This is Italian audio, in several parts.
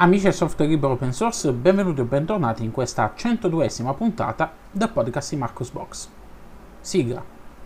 Amici del software libero open source, benvenuti e bentornati in questa 102esima puntata del podcast di Marcus Box. Sigla.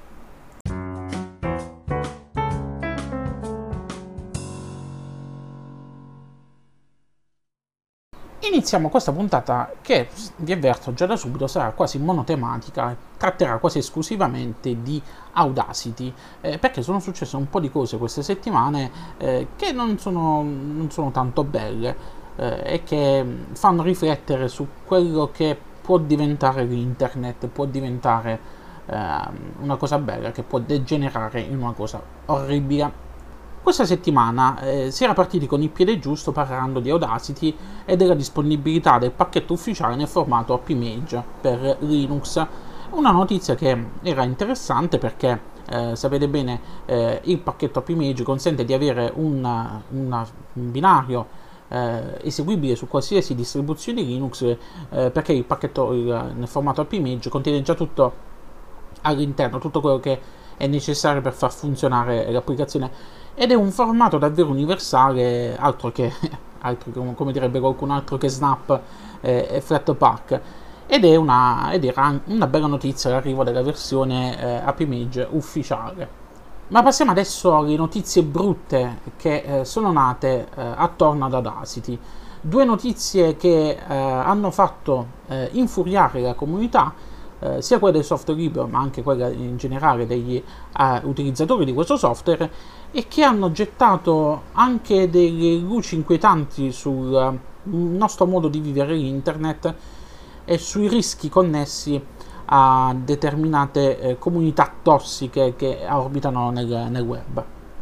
Iniziamo questa puntata che, vi avverto già da subito, sarà quasi monotematica, tratterà quasi esclusivamente di Audacity, perché sono successe un po' di cose queste settimane che non sono tanto belle e che fanno riflettere su quello che può diventare l'internet, può diventare una cosa bella, che può degenerare in una cosa orribile. Questa settimana si era partiti con il piede giusto parlando di Audacity e della disponibilità del pacchetto ufficiale nel formato AppImage per Linux. Una notizia che era interessante perché sapete bene il pacchetto AppImage consente di avere un binario eseguibile su qualsiasi distribuzione Linux perché il pacchetto nel formato AppImage contiene già tutto all'interno, tutto quello che è necessario per far funzionare l'applicazione, ed è un formato davvero universale, altro che come direbbe qualcun altro che Snap e Flatpak, ed era una bella notizia l'arrivo della versione AppImage ufficiale. Ma passiamo adesso alle notizie brutte che sono nate attorno ad Audacity. Due notizie che hanno fatto infuriare la comunità, sia quella del software libero ma anche quella in generale degli utilizzatori di questo software, e che hanno gettato anche delle luci inquietanti sul nostro modo di vivere l'internet e sui rischi connessi a determinate comunità tossiche che orbitano nel web.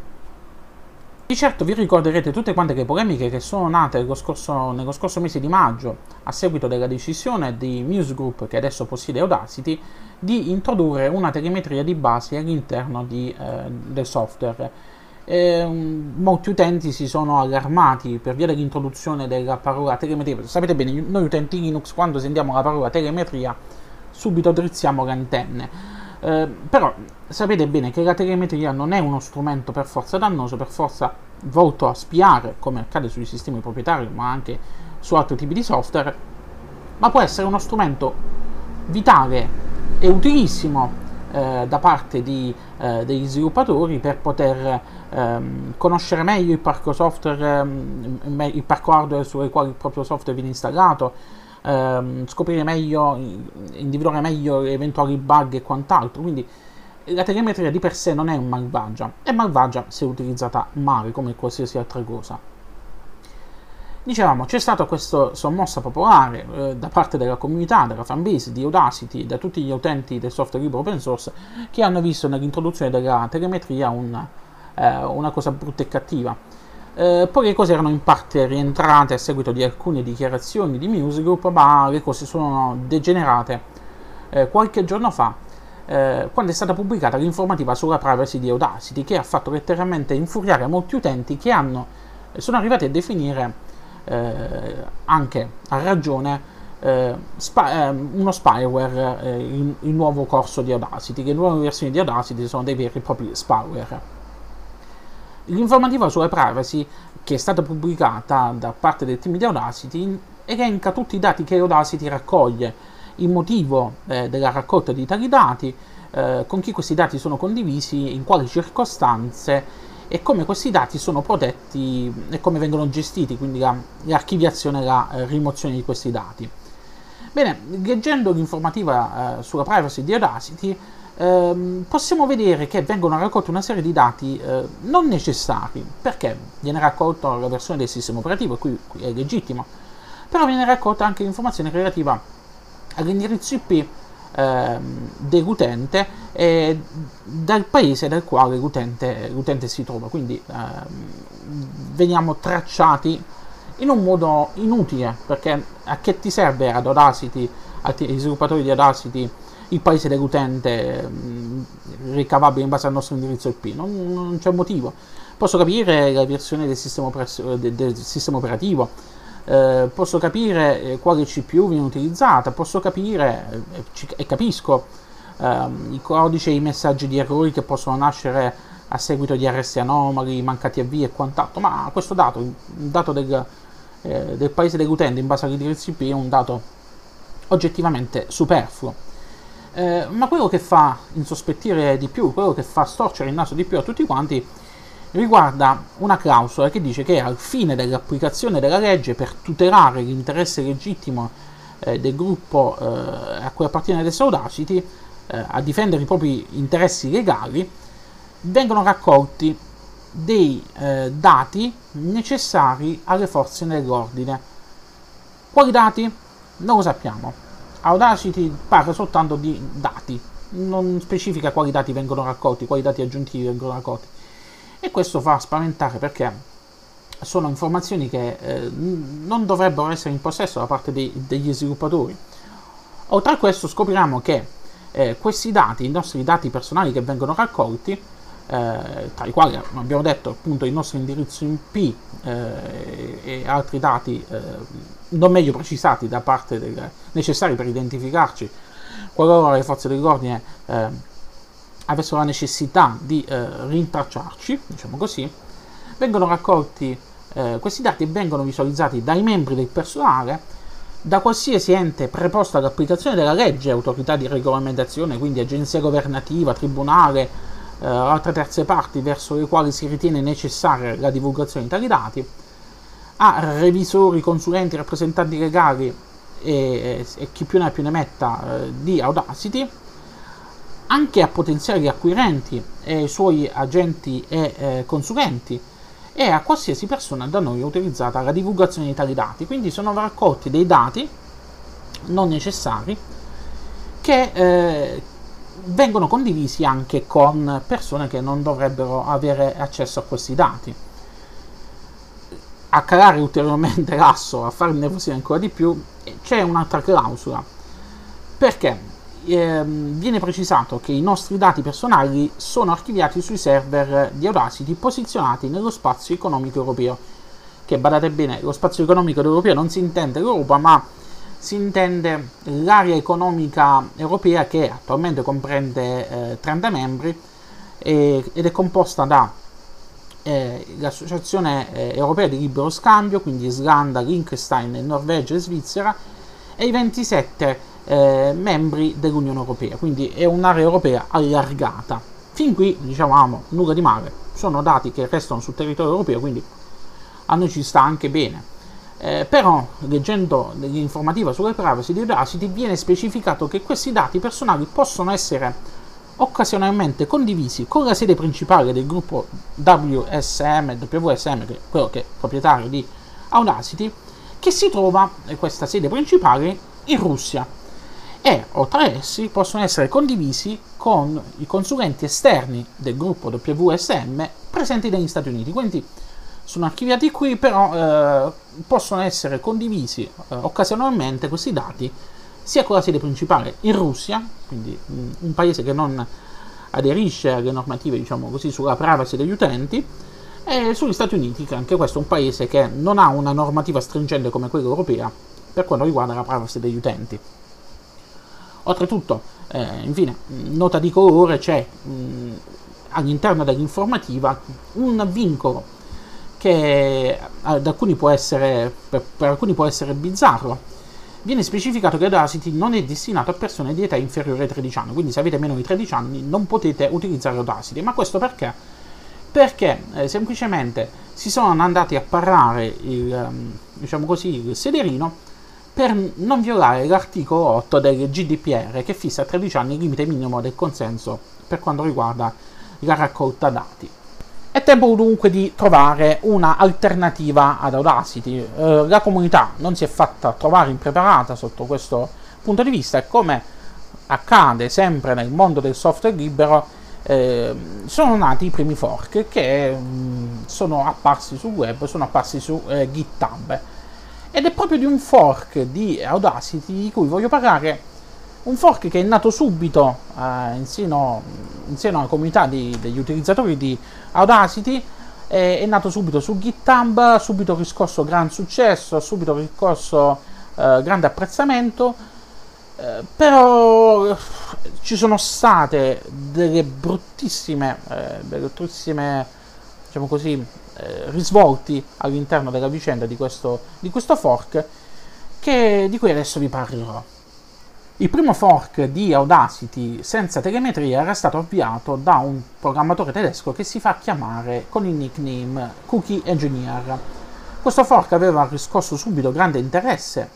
Di certo vi ricorderete tutte quante le polemiche che sono nate nello scorso mese di maggio a seguito della decisione di Muse Group, che adesso possiede Audacity, di introdurre una telemetria di base all'interno del software. Molti utenti si sono allarmati per via dell'introduzione della parola telemetria. Sapete bene, noi utenti Linux, quando sentiamo la parola telemetria subito drizziamo le antenne. Però sapete bene che la telemetria non è uno strumento per forza dannoso, per forza volto a spiare, come accade sui sistemi proprietari ma anche su altri tipi di software, ma può essere uno strumento vitale e utilissimo da parte degli sviluppatori per poter conoscere meglio il parco software, il parco hardware sul quale il proprio software viene installato, scoprire meglio, individuare meglio eventuali bug e quant'altro. Quindi la telemetria di per sé non è malvagia, è malvagia se utilizzata male, come qualsiasi altra cosa. Dicevamo, c'è stata questa sommossa popolare da parte della comunità, della fanbase di Audacity, da tutti gli utenti del software libero open source, che hanno visto nell'introduzione della telemetria una cosa brutta e cattiva. Poi le cose erano in parte rientrate a seguito di alcune dichiarazioni di Muse Group, ma le cose sono degenerate qualche giorno fa, quando è stata pubblicata l'informativa sulla privacy di Audacity, che ha fatto letteralmente infuriare molti utenti che sono arrivati a definire anche a ragione uno spyware, il nuovo corso di Audacity. Le nuove versioni di Audacity sono dei veri e propri spyware. L'informativa sulla privacy, che è stata pubblicata da parte del team di Audacity, elenca tutti i dati che Audacity raccoglie, il motivo della raccolta di tali dati, con chi questi dati sono condivisi, in quali circostanze e come questi dati sono protetti e come vengono gestiti, quindi l'archiviazione e la rimozione di questi dati. Bene, leggendo l'informativa sulla privacy di Audacity, possiamo vedere che vengono raccolti una serie di dati non necessari, perché viene raccolta la versione del sistema operativo, qui è legittimo, però viene raccolta anche l'informazione relativa all'indirizzo IP dell'utente e dal paese dal quale l'utente si trova. Quindi veniamo tracciati in un modo inutile, perché a che ti serve ad Audacity, agli sviluppatori di Audacity, il paese dell'utente ricavabile in base al nostro indirizzo IP? Non c'è motivo. Posso capire la versione del sistema operativo, posso capire quale CPU viene utilizzata, posso capire e capisco i codici e i messaggi di errori che possono nascere a seguito di arresti anomali, mancati avvii e quant'altro, ma questo dato, il dato del paese dell'utente in base all'indirizzo IP è un dato oggettivamente superfluo. Ma quello che fa insospettire di più, quello che fa storcere il naso di più a tutti quanti, riguarda una clausola che dice che al fine dell'applicazione della legge per tutelare l'interesse legittimo del gruppo a cui appartiene adesso Audacity, a difendere i propri interessi legali, vengono raccolti dei dati necessari alle forze dell'ordine. Quali dati? Non lo sappiamo. Audacity parla soltanto di dati, non specifica quali dati vengono raccolti, quali dati aggiuntivi vengono raccolti. E questo fa spaventare perché sono informazioni che non dovrebbero essere in possesso da parte degli sviluppatori. Oltre a questo scopriamo che questi dati, i nostri dati personali che vengono raccolti, tra i quali abbiamo detto appunto il nostro indirizzo IP e altri dati non meglio precisati da parte necessari per identificarci qualora le forze dell'ordine avessero la necessità di rintracciarci, diciamo così, vengono raccolti questi dati e vengono visualizzati dai membri del personale, da qualsiasi ente preposto all'applicazione della legge, autorità di regolamentazione, quindi agenzia governativa, tribunale, altre terze parti verso le quali si ritiene necessaria la divulgazione di tali dati, a revisori, consulenti, rappresentanti legali e chi più ne ha più ne metta di Audacity, anche a potenziali acquirenti e ai suoi agenti e consulenti, e a qualsiasi persona da noi utilizzata alla divulgazione di tali dati. Quindi sono raccolti dei dati non necessari che vengono condivisi anche con persone che non dovrebbero avere accesso a questi dati. A calare ulteriormente l'asso, a far nervosire ancora di più, c'è un'altra clausola, perché viene precisato che i nostri dati personali sono archiviati sui server di Audacity posizionati nello spazio economico europeo, che badate bene, lo spazio economico europeo non si intende l'Europa, ma si intende l'area economica europea, che attualmente comprende 30 membri ed è composta da l'Associazione Europea di Libero Scambio, quindi Islanda, Liechtenstein, Norvegia e Svizzera, e i 27 membri dell'Unione Europea, quindi è un'area europea allargata. Fin qui diciamo nulla di male, sono dati che restano sul territorio europeo, quindi a noi ci sta anche bene. Però leggendo l'informativa sulle privacy di Audacity viene specificato che questi dati personali possono essere occasionalmente condivisi con la sede principale del gruppo WSM, che è quello che è proprietario di Audacity, che si trova, questa sede principale, in Russia, e oltre a essi possono essere condivisi con i consulenti esterni del gruppo WSM presenti negli Stati Uniti. Quindi sono archiviati qui, però possono essere condivisi occasionalmente questi dati sia con la sede principale in Russia, quindi un paese che non aderisce alle normative, diciamo così, sulla privacy degli utenti, e sugli Stati Uniti, che anche questo è un paese che non ha una normativa stringente come quella europea per quanto riguarda la privacy degli utenti. Oltretutto, infine, nota di colore, c'è all'interno dell'informativa un vincolo che ad alcuni può essere, per alcuni può essere bizzarro. Viene specificato che Audacity non è destinato a persone di età inferiore ai 13 anni, quindi se avete meno di 13 anni non potete utilizzare Audacity. Ma questo perché? Perché semplicemente si sono andati a parare diciamo così, il sederino per non violare l'articolo 8 del GDPR, che fissa a 13 anni il limite minimo del consenso per quanto riguarda la raccolta dati. È tempo dunque di trovare una alternativa ad Audacity. La comunità non si è fatta trovare impreparata sotto questo punto di vista, e come accade sempre nel mondo del software libero, sono nati i primi fork che sono apparsi sul web, sono apparsi su GitHub. Ed è proprio di un fork di Audacity di cui voglio parlare, un fork che è nato subito in seno alla comunità degli utilizzatori di Audacity, è nato subito su GitHub, ha subito riscosso gran successo, ha subito riscosso grande apprezzamento, però ci sono state delle bruttissime diciamo così, risvolti all'interno della vicenda di questo fork di cui adesso vi parlerò. Il primo fork di Audacity senza telemetria era stato avviato da un programmatore tedesco che si fa chiamare con il nickname Cookie Engineer. Questo fork aveva riscosso subito grande interesse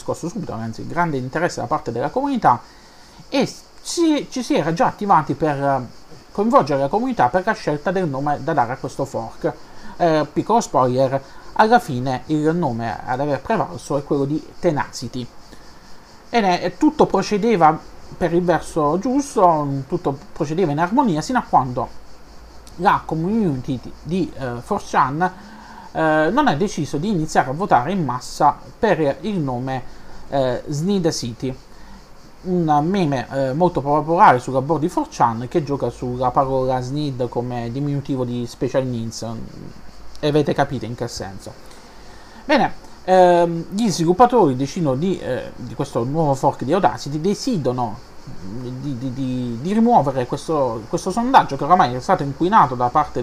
da parte della comunità e ci si era già attivati per coinvolgere la comunità per la scelta del nome da dare a questo fork. Piccolo spoiler, alla fine il nome ad aver prevalso è quello di Tenacity. E tutto procedeva per il verso giusto, tutto procedeva in armonia sino a quando la community di 4chan non ha deciso di iniziare a votare in massa per il nome Snid City, un meme molto popolare sulla board di 4chan che gioca sulla parola Snid come diminutivo di Special Needs, e avete capito in che senso. Bene, gli sviluppatori decidono di questo nuovo fork di Audacity decidono di rimuovere questo sondaggio che oramai è stato inquinato da parte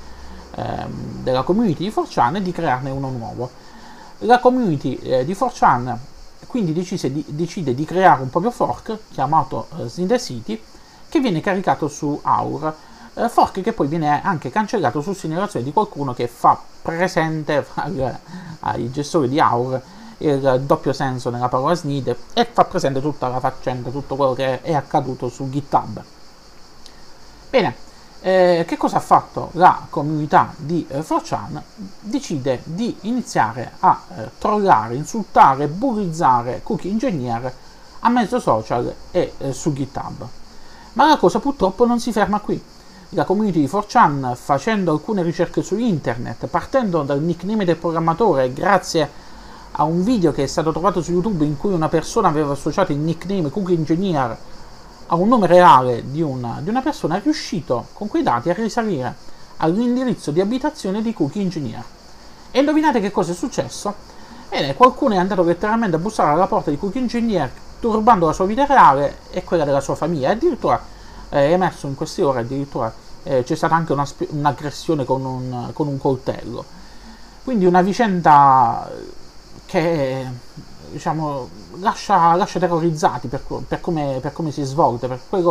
della community di 4chan e di crearne uno nuovo. La community di 4chan quindi decide di creare un proprio fork chiamato Snid City, che viene caricato su Aur, fork che poi viene anche cancellato su segnalazione di qualcuno che fa presente ai gestori di Aur il doppio senso nella parola Snid e fa presente tutta la faccenda, tutto quello che è accaduto su GitHub. Bene, che cosa ha fatto la comunità di 4chan? Decide di iniziare a trollare, insultare, bullizzare Cookie Engineer a mezzo social e su GitHub. Ma la cosa purtroppo non si ferma qui. La community di 4chan, facendo alcune ricerche su internet, partendo dal nickname del programmatore, grazie a un video che è stato trovato su YouTube in cui una persona aveva associato il nickname Cookie Engineer a un nome reale di una persona, è riuscito con quei dati a risalire all'indirizzo di abitazione di Cookie Engineer. E indovinate che cosa è successo? Bene, qualcuno è andato letteralmente a bussare alla porta di Cookie Engineer, turbando la sua vita reale e quella della sua famiglia. E addirittura è emerso in queste ore, addirittura c'è stata anche un'aggressione con un coltello. Quindi una vicenda che, diciamo, lascia terrorizzati per come si è svolta,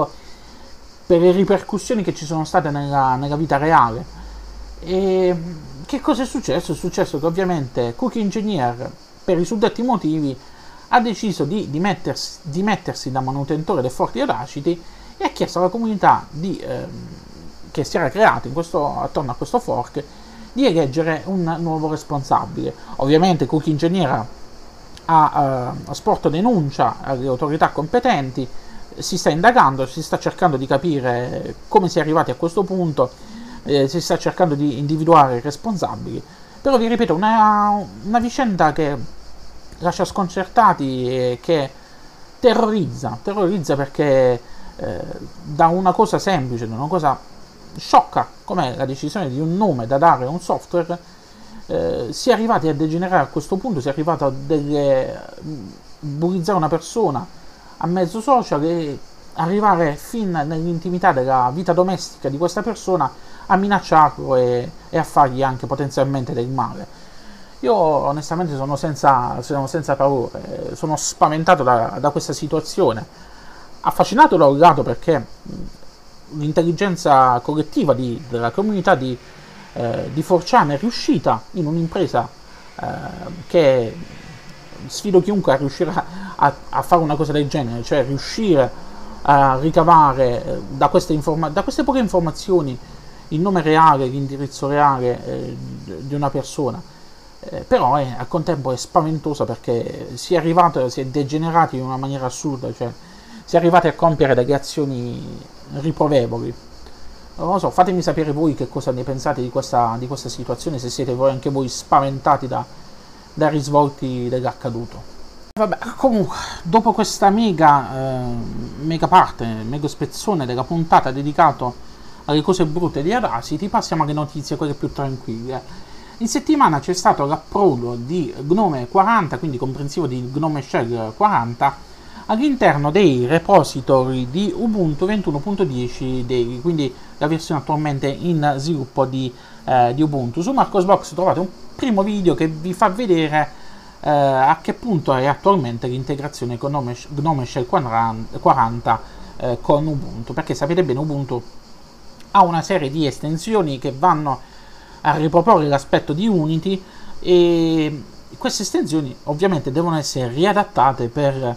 per le ripercussioni che ci sono state nella vita reale. E che cosa è successo? È successo che ovviamente Cookie Engineer, per i suddetti motivi, ha deciso di dimettersi da manutentore del fork di Audacity e ha chiesto alla comunità che si era creata attorno a questo fork di eleggere un nuovo responsabile. Ovviamente Cookie Engineer ha sporto denuncia alle autorità competenti, si sta indagando, si sta cercando di capire come si è arrivati a questo punto, si sta cercando di individuare i responsabili, però vi ripeto, una vicenda che lascia sconcertati e che terrorizza perché da una cosa semplice, da una cosa sciocca come la decisione di un nome da dare a un software, si è arrivati a degenerare a questo punto, si è arrivato a bullizzare una persona a mezzo social e arrivare fin nell'intimità della vita domestica di questa persona a minacciarlo e a fargli anche potenzialmente del male. Io onestamente sono senza parole, sono spaventato da questa situazione, affascinato da un lato perché l'intelligenza collettiva della comunità di 4chan è riuscita in un'impresa che sfido chiunque a riuscire a fare una cosa del genere, cioè riuscire a ricavare da queste poche informazioni il nome reale, l'indirizzo reale di una persona. Però al contempo è spaventosa perché si è degenerati in una maniera assurda, cioè si è arrivati a compiere delle azioni riprovevoli. Non lo so, fatemi sapere voi che cosa ne pensate di questa situazione, se siete voi anche voi spaventati dai risvolti dell'accaduto. Vabbè, comunque, dopo questa mega spezzone della puntata dedicato alle cose brutte di Audacity, passiamo alle notizie, quelle più tranquille. In settimana c'è stato l'upload di Gnome 40, quindi comprensivo di Gnome Shell 40, all'interno dei repository di Ubuntu 21.10 Daily, quindi la versione attualmente in sviluppo di di Ubuntu. Su Marcosbox trovate un primo video che vi fa vedere a che punto è attualmente l'integrazione con Gnome Shell 40 con Ubuntu, perché sapete bene Ubuntu ha una serie di estensioni che vanno a riproporre l'aspetto di Unity, e queste estensioni ovviamente devono essere riadattate per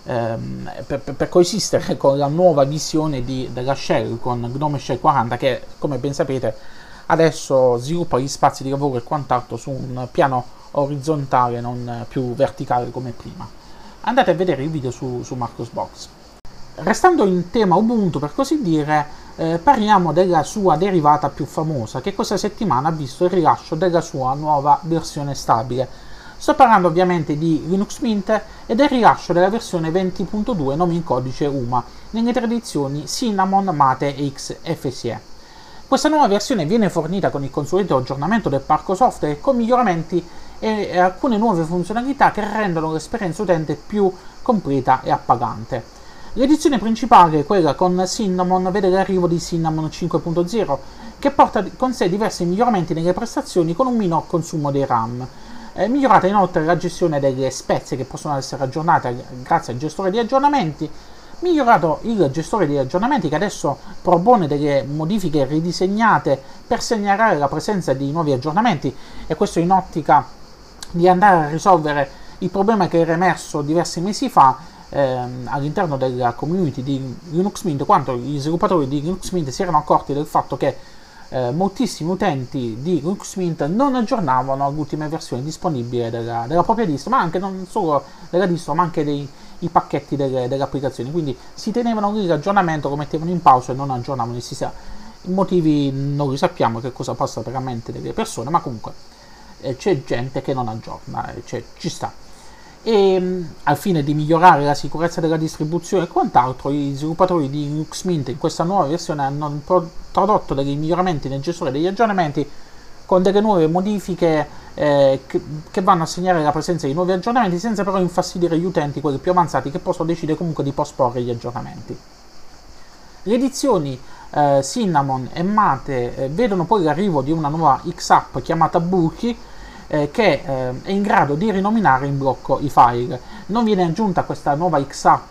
coesistere con la nuova visione della Shell, con Gnome Shell 40, che come ben sapete adesso sviluppa gli spazi di lavoro e quant'altro su un piano orizzontale, non più verticale come prima. Andate a vedere il video su Marcosbox. Restando in tema Ubuntu, per così dire, parliamo della sua derivata più famosa, che questa settimana ha visto il rilascio della sua nuova versione stabile. Sto parlando ovviamente di Linux Mint e del rilascio della versione 20.2 nome in codice UMA nelle tre edizioni Cinnamon, Mate e XFCE. Questa nuova versione viene fornita con il consueto aggiornamento del parco software, con miglioramenti e alcune nuove funzionalità che rendono l'esperienza utente più completa e appagante. L'edizione principale, quella con Cinnamon, vede l'arrivo di Cinnamon 5.0, che porta con sé diversi miglioramenti nelle prestazioni con un minor consumo dei RAM. Migliorata inoltre la gestione delle spezie che possono essere aggiornate grazie al gestore di aggiornamenti. Migliorato il gestore di aggiornamenti, che adesso propone delle modifiche ridisegnate per segnalare la presenza di nuovi aggiornamenti, e questo in ottica di andare a risolvere il problema che era emerso diversi mesi fa all'interno della community di Linux Mint, quando gli sviluppatori di Linux Mint si erano accorti del fatto che moltissimi utenti di Linux Mint non aggiornavano all'ultima versione disponibile della propria distro, ma anche non solo della distro, ma anche dei pacchetti delle applicazioni. Quindi si tenevano lì l'aggiornamento, lo mettevano in pausa e non aggiornavano il sistema. I motivi non li sappiamo, che cosa passa per la mente delle persone, ma comunque c'è gente che non aggiorna, ci sta. E al fine di migliorare la sicurezza della distribuzione e quant'altro, gli sviluppatori di Linux Mint in questa nuova versione hanno prodotto dei miglioramenti nel gestore degli aggiornamenti, con delle nuove modifiche che vanno a segnare la presenza di nuovi aggiornamenti, senza però infastidire gli utenti, quelli più avanzati, che possono decidere comunque di posporre gli aggiornamenti. Le edizioni Cinnamon e Mate vedono poi l'arrivo di una nuova X-App chiamata Bulky, che è in grado di rinominare in blocco i file. Non viene aggiunta questa nuova X-App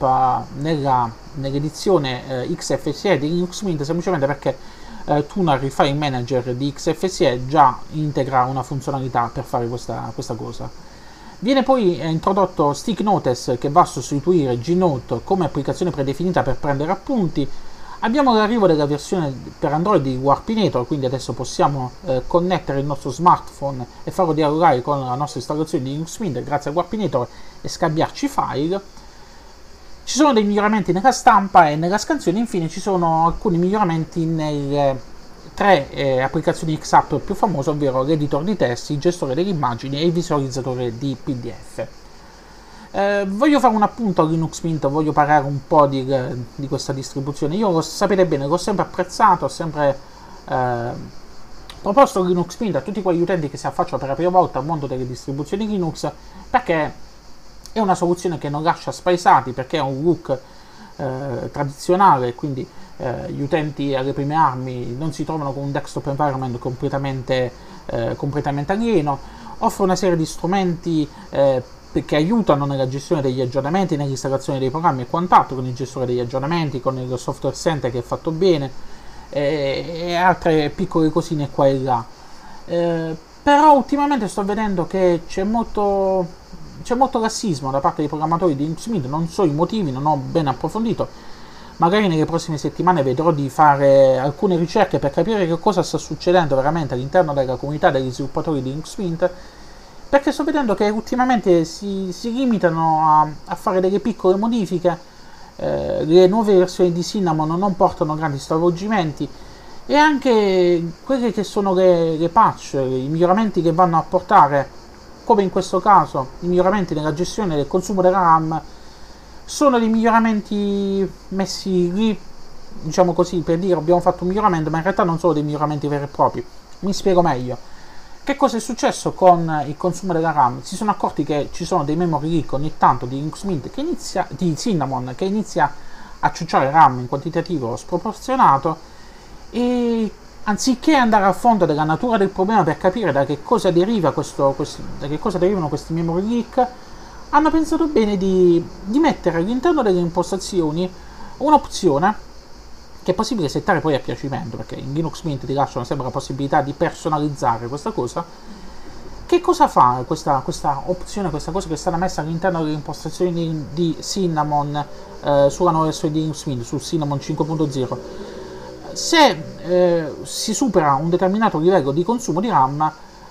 nell'edizione XFCE di Linux Mint, semplicemente perché Tuner, il file manager di XFCE, già integra una funzionalità per fare questa cosa. Viene poi introdotto Stick Notes, che va a sostituire Gnote come applicazione predefinita per prendere appunti. Abbiamo l'arrivo della versione per Android di Warpinator, quindi adesso possiamo connettere il nostro smartphone e farlo dialogare con la nostra installazione di Linux Mint grazie a Warpinator e scambiarci file. Ci sono dei miglioramenti nella stampa e nella scansione, infine ci sono alcuni miglioramenti nelle tre applicazioni X-App più famose, ovvero l'editor di testi, il gestore delle immagini e il visualizzatore di PDF. Voglio fare un appunto a Linux Mint, voglio parlare un po' di questa distribuzione. Io, sapete bene, l'ho sempre apprezzato, ho sempre proposto Linux Mint a tutti quegli utenti che si affacciano per la prima volta al mondo delle distribuzioni Linux, perché è una soluzione che non lascia spaesati, perché ha un look tradizionale, quindi gli utenti alle prime armi non si trovano con un desktop environment completamente alieno. Offre una serie di strumenti che aiutano nella gestione degli aggiornamenti, nell'installazione dei programmi e quant'altro, con il gestore degli aggiornamenti, con il software center che è fatto bene, e altre piccole cosine qua e là. Però ultimamente sto vedendo che c'è molto razzismo da parte dei programmatori di Linux Mint, non so i motivi, non ho ben approfondito. Magari nelle prossime settimane vedrò di fare alcune ricerche per capire che cosa sta succedendo veramente all'interno della comunità degli sviluppatori di Linux Mint, perché sto vedendo che ultimamente si limitano a fare delle piccole modifiche. Le nuove versioni di Cinnamon non portano grandi stravolgimenti, e anche quelle che sono le patch, i miglioramenti che vanno a portare, come in questo caso i miglioramenti nella gestione del consumo della RAM, sono dei miglioramenti messi lì, diciamo così, per dire abbiamo fatto un miglioramento, ma in realtà non sono dei miglioramenti veri e propri. Mi spiego meglio. Che cosa è successo con il consumo della RAM? Si sono accorti che ci sono dei memory leak ogni tanto di Linux Mint, di Cinnamon, che inizia a ciucciare RAM in quantitativo sproporzionato, e anziché andare a fondo della natura del problema per capire da che cosa deriva da che cosa derivano questi memory leak, hanno pensato bene di mettere all'interno delle impostazioni un'opzione che è possibile settare poi a piacimento, perché in Linux Mint ti lasciano sempre la possibilità di personalizzare questa cosa. Che cosa fa questa opzione, questa cosa che è stata messa all'interno delle impostazioni di Cinnamon sulla nuova versione di Linux Mint, su Cinnamon 5.0? Se si supera un determinato livello di consumo di RAM,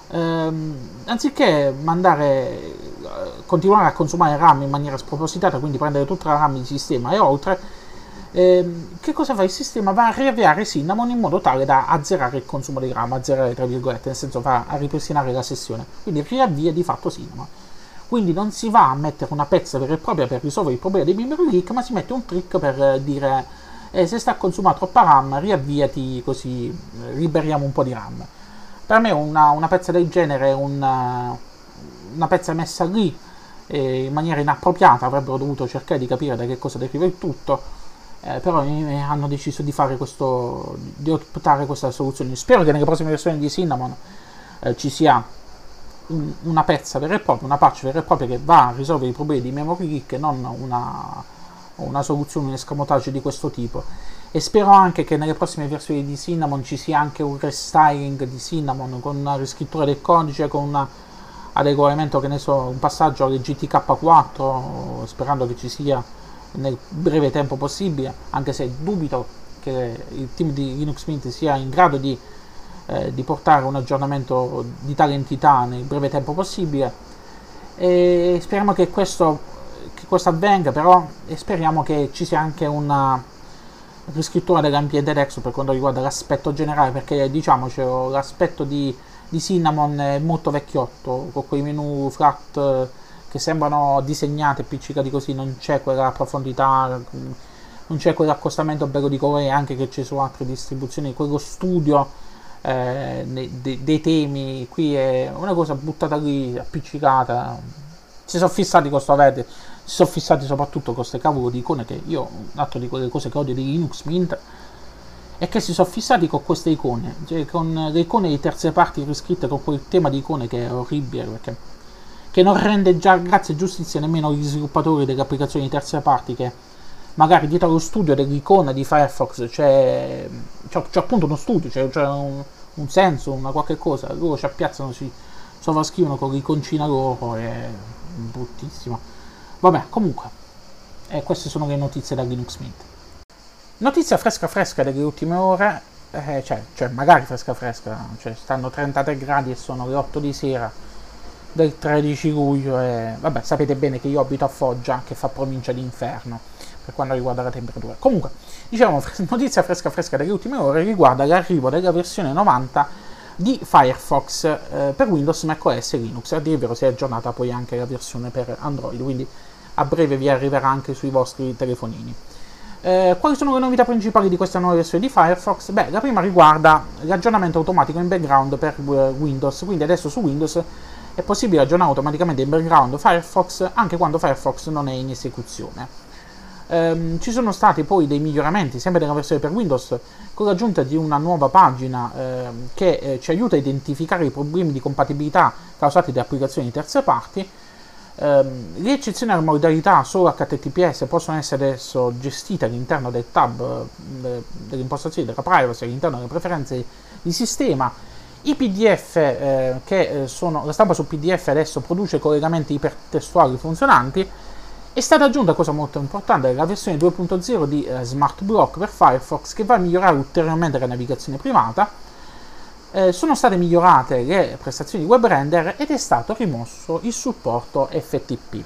anziché continuare a consumare RAM in maniera spropositata, quindi prendere tutta la RAM di sistema e oltre, che cosa fa? Il sistema va a riavviare Cinnamon in modo tale da azzerare il consumo di RAM, azzerare tra virgolette, nel senso va a ripristinare la sessione, quindi riavvia di fatto Cinnamon. Quindi non si va a mettere una pezza vera e propria per risolvere il problema dei memory leak, ma si mette un trick per dire se sta a consumare troppa RAM riavviati, così liberiamo un po' di RAM. Per me una pezza del genere, una pezza messa lì in maniera inappropriata, avrebbero dovuto cercare di capire da che cosa deriva il tutto. Però hanno deciso di fare di optare questa soluzione. Spero che nelle prossime versioni di Cinnamon ci sia una pezza vera e propria, una patch vera e propria che va a risolvere i problemi di memory leak e non una soluzione, un escamotage di questo tipo. E spero anche che nelle prossime versioni di Cinnamon ci sia anche un restyling di Cinnamon con una riscrittura del codice, con un adeguamento, che ne so, un passaggio alle GTK4, sperando che ci sia nel breve tempo possibile, anche se dubito che il team di Linux Mint sia in grado di portare un aggiornamento di tale entità nel breve tempo possibile. E speriamo che questo avvenga, però, e speriamo che ci sia anche una riscrittura dell'ambiente Dexo per quanto riguarda l'aspetto generale, perché diciamoci, l'aspetto di Cinnamon è molto vecchiotto, con quei menu flat che sembrano disegnati e appiccicati così, non c'è quella profondità, non c'è quell'accostamento bello di colore anche che c'è su altre distribuzioni, quello studio dei temi. Qui è una cosa buttata lì, appiccicata. Si sono fissati con sto verde, si sono fissati soprattutto con queste cavolo di icone, che io, un altro di quelle cose che odio di Linux Mint è che si sono fissati con queste icone, cioè con le icone di terze parti riscritte con quel tema di icone che è orribile, perché che non rende già grazie e giustizia nemmeno gli sviluppatori delle applicazioni di terze parti, che magari dietro allo studio dell'icona di Firefox c'è appunto uno studio, c'è un senso, una qualche cosa, loro ci appiazzano, si sovrascrivono con l'iconcina loro, è bruttissimo. Vabbè, comunque, queste sono le notizie da Linux Mint. Notizia fresca delle ultime ore, cioè magari fresca, cioè stanno 33 gradi e sono le 8 di sera del 13 luglio e vabbè, sapete bene che io abito a Foggia, che fa provincia di Inferno per quanto riguarda la temperatura. Comunque, diciamo, notizia fresca delle ultime ore riguarda l'arrivo della versione 90 di Firefox per Windows, macOS e Linux. A dire il vero si è aggiornata poi anche la versione per Android, quindi a breve vi arriverà anche sui vostri telefonini. Quali sono le novità principali di questa nuova versione di Firefox? Beh, la prima riguarda l'aggiornamento automatico in background per Windows, quindi adesso su Windows è possibile aggiornare automaticamente in background Firefox anche quando Firefox non è in esecuzione. Ci sono stati poi dei miglioramenti sempre nella versione per Windows, con l'aggiunta di una nuova pagina che ci aiuta a identificare i problemi di compatibilità causati da applicazioni di terze parti. Le eccezioni alle modalità solo HTTPS possono essere adesso gestite all'interno del tab delle impostazioni della privacy, all'interno delle preferenze di sistema. I PDF la stampa su PDF adesso produce collegamenti ipertestuali funzionanti. È stata aggiunta, cosa molto importante, la versione 2.0 di Smart Block per Firefox, che va a migliorare ulteriormente la navigazione privata. Sono state migliorate le prestazioni di web render ed è stato rimosso il supporto FTP.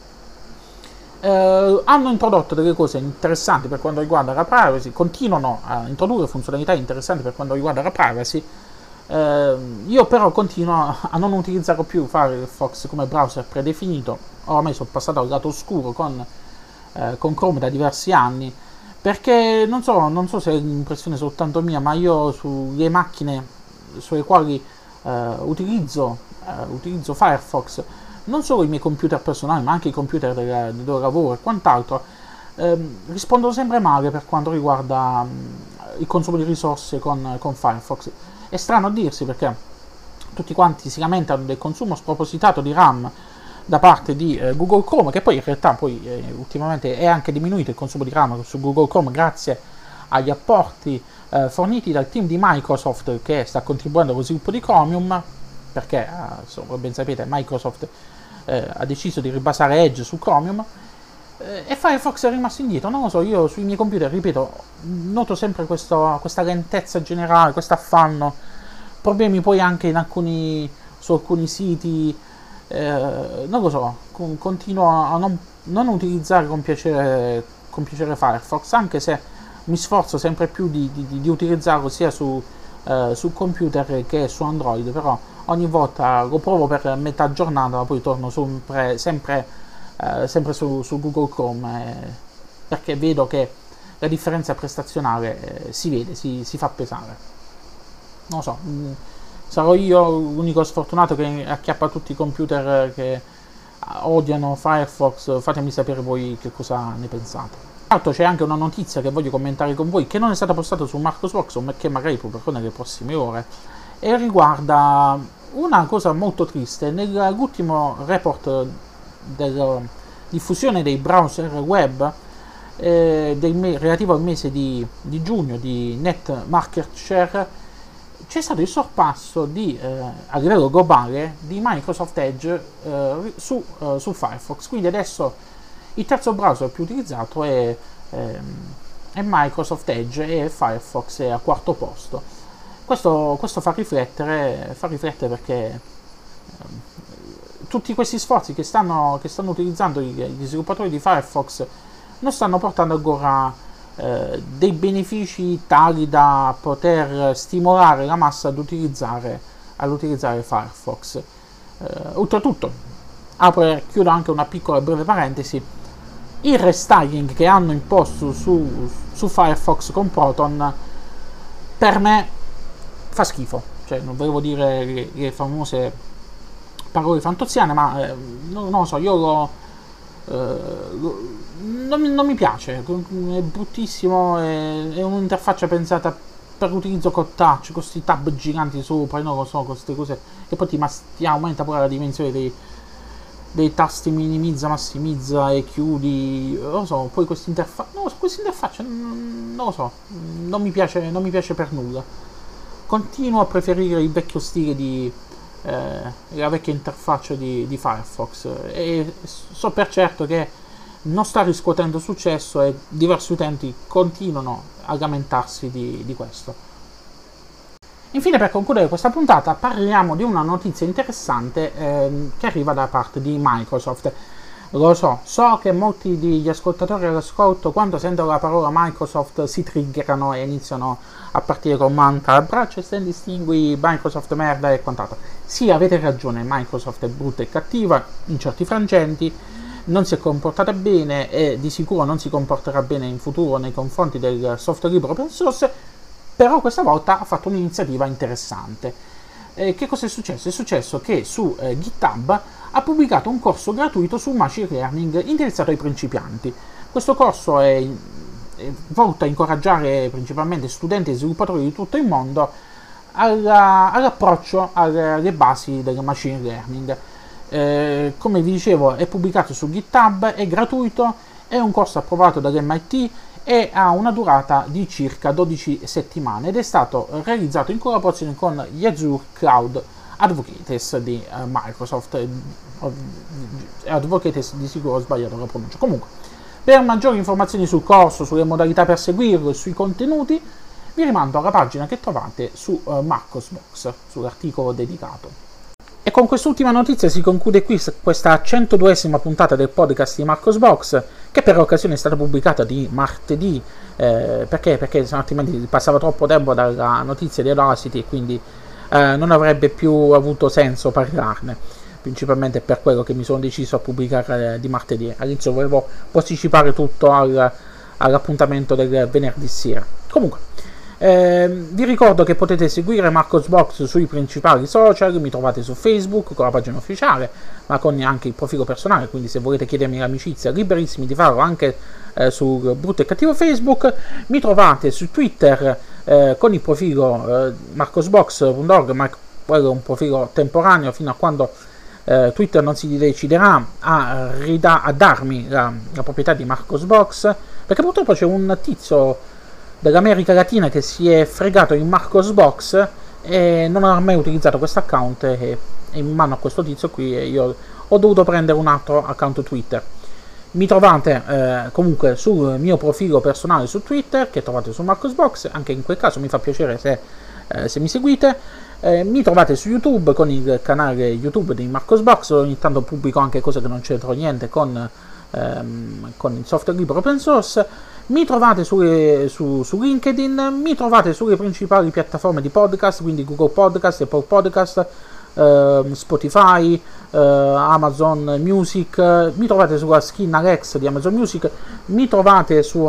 Hanno introdotto delle cose interessanti per quanto riguarda la privacy, continuano a introdurre funzionalità interessanti per quanto riguarda la privacy. Io però continuo a non utilizzare più Firefox come browser predefinito. Ormai sono passato al lato oscuro con Chrome da diversi anni, perché non so se è un'impressione soltanto mia, ma io sulle macchine sulle quali utilizzo Firefox, non solo i miei computer personali ma anche i computer del lavoro e quant'altro, rispondo sempre male per quanto riguarda il consumo di risorse con Firefox. È strano a dirsi perché tutti quanti si lamentano del consumo spropositato di RAM da parte di Google Chrome, che poi in realtà ultimamente è anche diminuito il consumo di RAM su Google Chrome grazie agli apporti forniti dal team di Microsoft che sta contribuendo allo sviluppo di Chromium, perché come ben sapete Microsoft ha deciso di ribasare Edge su Chromium, e Firefox è rimasto indietro. Non lo so, io sui miei computer, ripeto, noto sempre questa lentezza generale, questo affanno, problemi poi anche su alcuni siti, non lo so, continuo a non utilizzare con piacere Firefox, anche se mi sforzo sempre più di utilizzarlo sia su computer che su Android, però ogni volta lo provo per metà giornata, poi torno sempre su Google Chrome, perché vedo che la differenza prestazionale si vede, si fa pesare. Non lo so, sarò io l'unico sfortunato che acchiappa tutti i computer che odiano Firefox? Fatemi sapere voi che cosa ne pensate. Tra l'altro c'è anche una notizia che voglio commentare con voi, che non è stata postata su Marcosbox, ma che magari pubblicherò nelle prossime ore, e riguarda una cosa molto triste. Nell'ultimo report della diffusione dei browser web relativo al mese di giugno di Net Market Share, c'è stato il sorpasso a livello globale di Microsoft Edge su Firefox. Quindi adesso il terzo browser più utilizzato è Microsoft Edge, e Firefox è al quarto posto. Questo fa riflettere perché tutti questi sforzi che stanno utilizzando gli sviluppatori di Firefox non stanno portando ancora dei benefici tali da poter stimolare la massa ad utilizzare Firefox. Oltretutto, chiudo anche una piccola breve parentesi: il restyling che hanno imposto su Firefox con Proton per me fa schifo. Cioè, non volevo dire le famose parole fantoziane, ma non lo so, io non mi piace, è bruttissimo, è un'interfaccia pensata per l'utilizzo col touch, con questi tab giganti sopra, non lo so, queste cose che poi ti aumenta pure la dimensione dei tasti, minimizza, massimizza e chiudi, non lo so, poi questa interfaccia non lo so, non mi piace per nulla. Continuo a preferire il vecchio stile la vecchia interfaccia di Firefox, e so per certo che non sta riscuotendo successo e diversi utenti continuano a lamentarsi di questo. Infine, per concludere questa puntata, parliamo di una notizia interessante che arriva da parte di Microsoft. Lo so che molti degli ascoltatori all'ascolto, quando sentono la parola Microsoft, si triggerano e iniziano a partire con mantra, braccia, stand distingui, Microsoft merda e quant'altro. Sì, avete ragione, Microsoft è brutta e cattiva in certi frangenti, non si è comportata bene e di sicuro non si comporterà bene in futuro nei confronti del software libero open source, però questa volta ha fatto un'iniziativa interessante. Che cosa è successo? È successo che su GitHub ha pubblicato un corso gratuito su machine learning indirizzato ai principianti. Questo corso è volto a incoraggiare principalmente studenti e sviluppatori di tutto il mondo all'approccio alle basi del machine learning. Come vi dicevo, è pubblicato su GitHub, è gratuito, è un corso approvato dall'MIT e ha una durata di circa 12 settimane ed è stato realizzato in collaborazione con gli Azure Cloud Advocates di Microsoft. Advocates, di sicuro ho sbagliato la pronuncia. Comunque, per maggiori informazioni sul corso, sulle modalità per seguirlo e sui contenuti, vi rimando alla pagina che trovate su Marcosbox, sull'articolo dedicato. E con quest'ultima notizia si conclude qui questa 102esima puntata del podcast di Marcosbox, che per l'occasione è stata pubblicata di martedì, perché altrimenti passava troppo tempo dalla notizia di Audacity e quindi non avrebbe più avuto senso parlarne. Principalmente per quello che mi sono deciso a pubblicare di martedì. All'inizio volevo posticipare tutto all'appuntamento del venerdì sera. Comunque, Vi ricordo che potete seguire Marcosbox sui principali social, mi trovate su Facebook con la pagina ufficiale, ma con anche il profilo personale, quindi se volete chiedermi l'amicizia, liberissimi di farlo anche sul brutto e cattivo Facebook. Mi trovate su Twitter con il profilo marcosbox.org, ma quello è un profilo temporaneo fino a quando Twitter non si deciderà a darmi la proprietà di Marcosbox, perché purtroppo c'è un tizio dell'America Latina che si è fregato in Marcosbox e non ha mai utilizzato questo account, e in mano a questo tizio qui io ho dovuto prendere un altro account Twitter. Mi trovate comunque sul mio profilo personale su Twitter, che trovate su Marcosbox, anche in quel caso mi fa piacere se mi seguite. Mi trovate su YouTube con il canale YouTube di Marcosbox, ogni tanto pubblico anche cose che non c'entrano niente con il software libero open source. Mi trovate su LinkedIn, mi trovate sulle principali piattaforme di podcast, quindi Google Podcast, Apple Podcast, Spotify, Amazon Music, mi trovate sulla skin Alex di Amazon Music, mi trovate su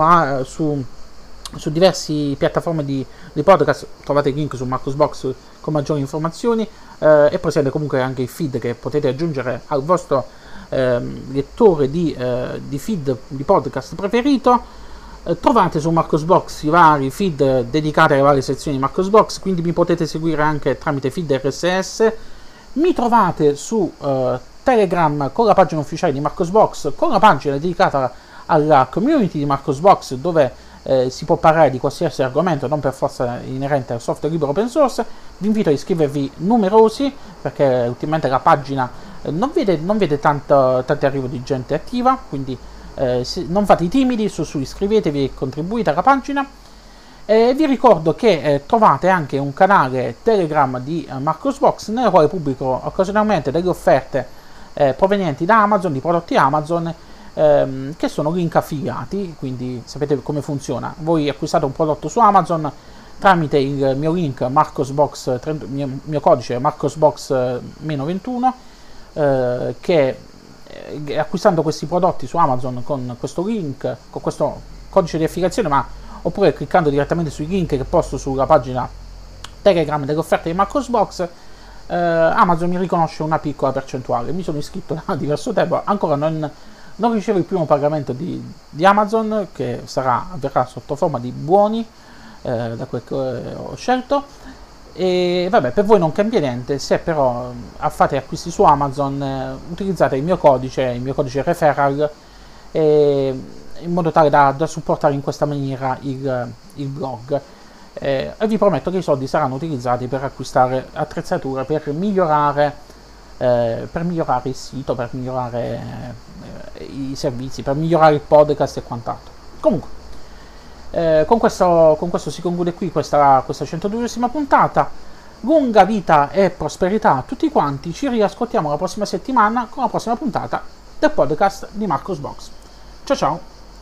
diverse piattaforme di podcast, trovate il link su Marcosbox con maggiori informazioni, e possiede comunque anche il feed che potete aggiungere al vostro lettore di feed di podcast preferito. Trovate su Marcosbox i vari feed dedicati alle varie sezioni di Marcosbox, quindi mi potete seguire anche tramite feed RSS. Mi trovate su Telegram con la pagina ufficiale di Marcosbox, con la pagina dedicata alla community di Marcosbox, dove si può parlare di qualsiasi argomento, non per forza inerente al software libero open source. Vi invito a iscrivervi numerosi, perché ultimamente la pagina non vede tanto arrivo di gente attiva, quindi non fate i timidi, iscrivetevi e contribuite alla pagina. Vi ricordo che trovate anche un canale Telegram di Marcosbox, nel quale pubblico occasionalmente delle offerte provenienti da Amazon, di prodotti Amazon, che sono link affiliati, quindi sapete come funziona. Voi acquistate un prodotto su Amazon tramite il mio link Marcosbox, mio codice Marcosbox-21, che acquistando questi prodotti su Amazon con questo link, con questo codice di affiliazione, oppure cliccando direttamente sui link che posto sulla pagina Telegram delle offerte di Marcosbox, Amazon mi riconosce una piccola percentuale. Mi sono iscritto da diverso tempo, ancora non ricevo il primo pagamento di Amazon, che avverrà sotto forma di buoni, da quel che ho scelto. E vabbè, per voi non cambia niente. Se però fate acquisti su Amazon, utilizzate il mio codice referral, in modo tale da supportare in questa maniera il blog, e vi prometto che i soldi saranno utilizzati per acquistare attrezzature per migliorare il sito, per migliorare i servizi, per migliorare il podcast e quant'altro. Comunque, con questo si conclude qui questa 102esima puntata. Lunga vita e prosperità a tutti quanti. Ci riascoltiamo la prossima settimana con la prossima puntata del podcast di Marcosbox. Ciao ciao!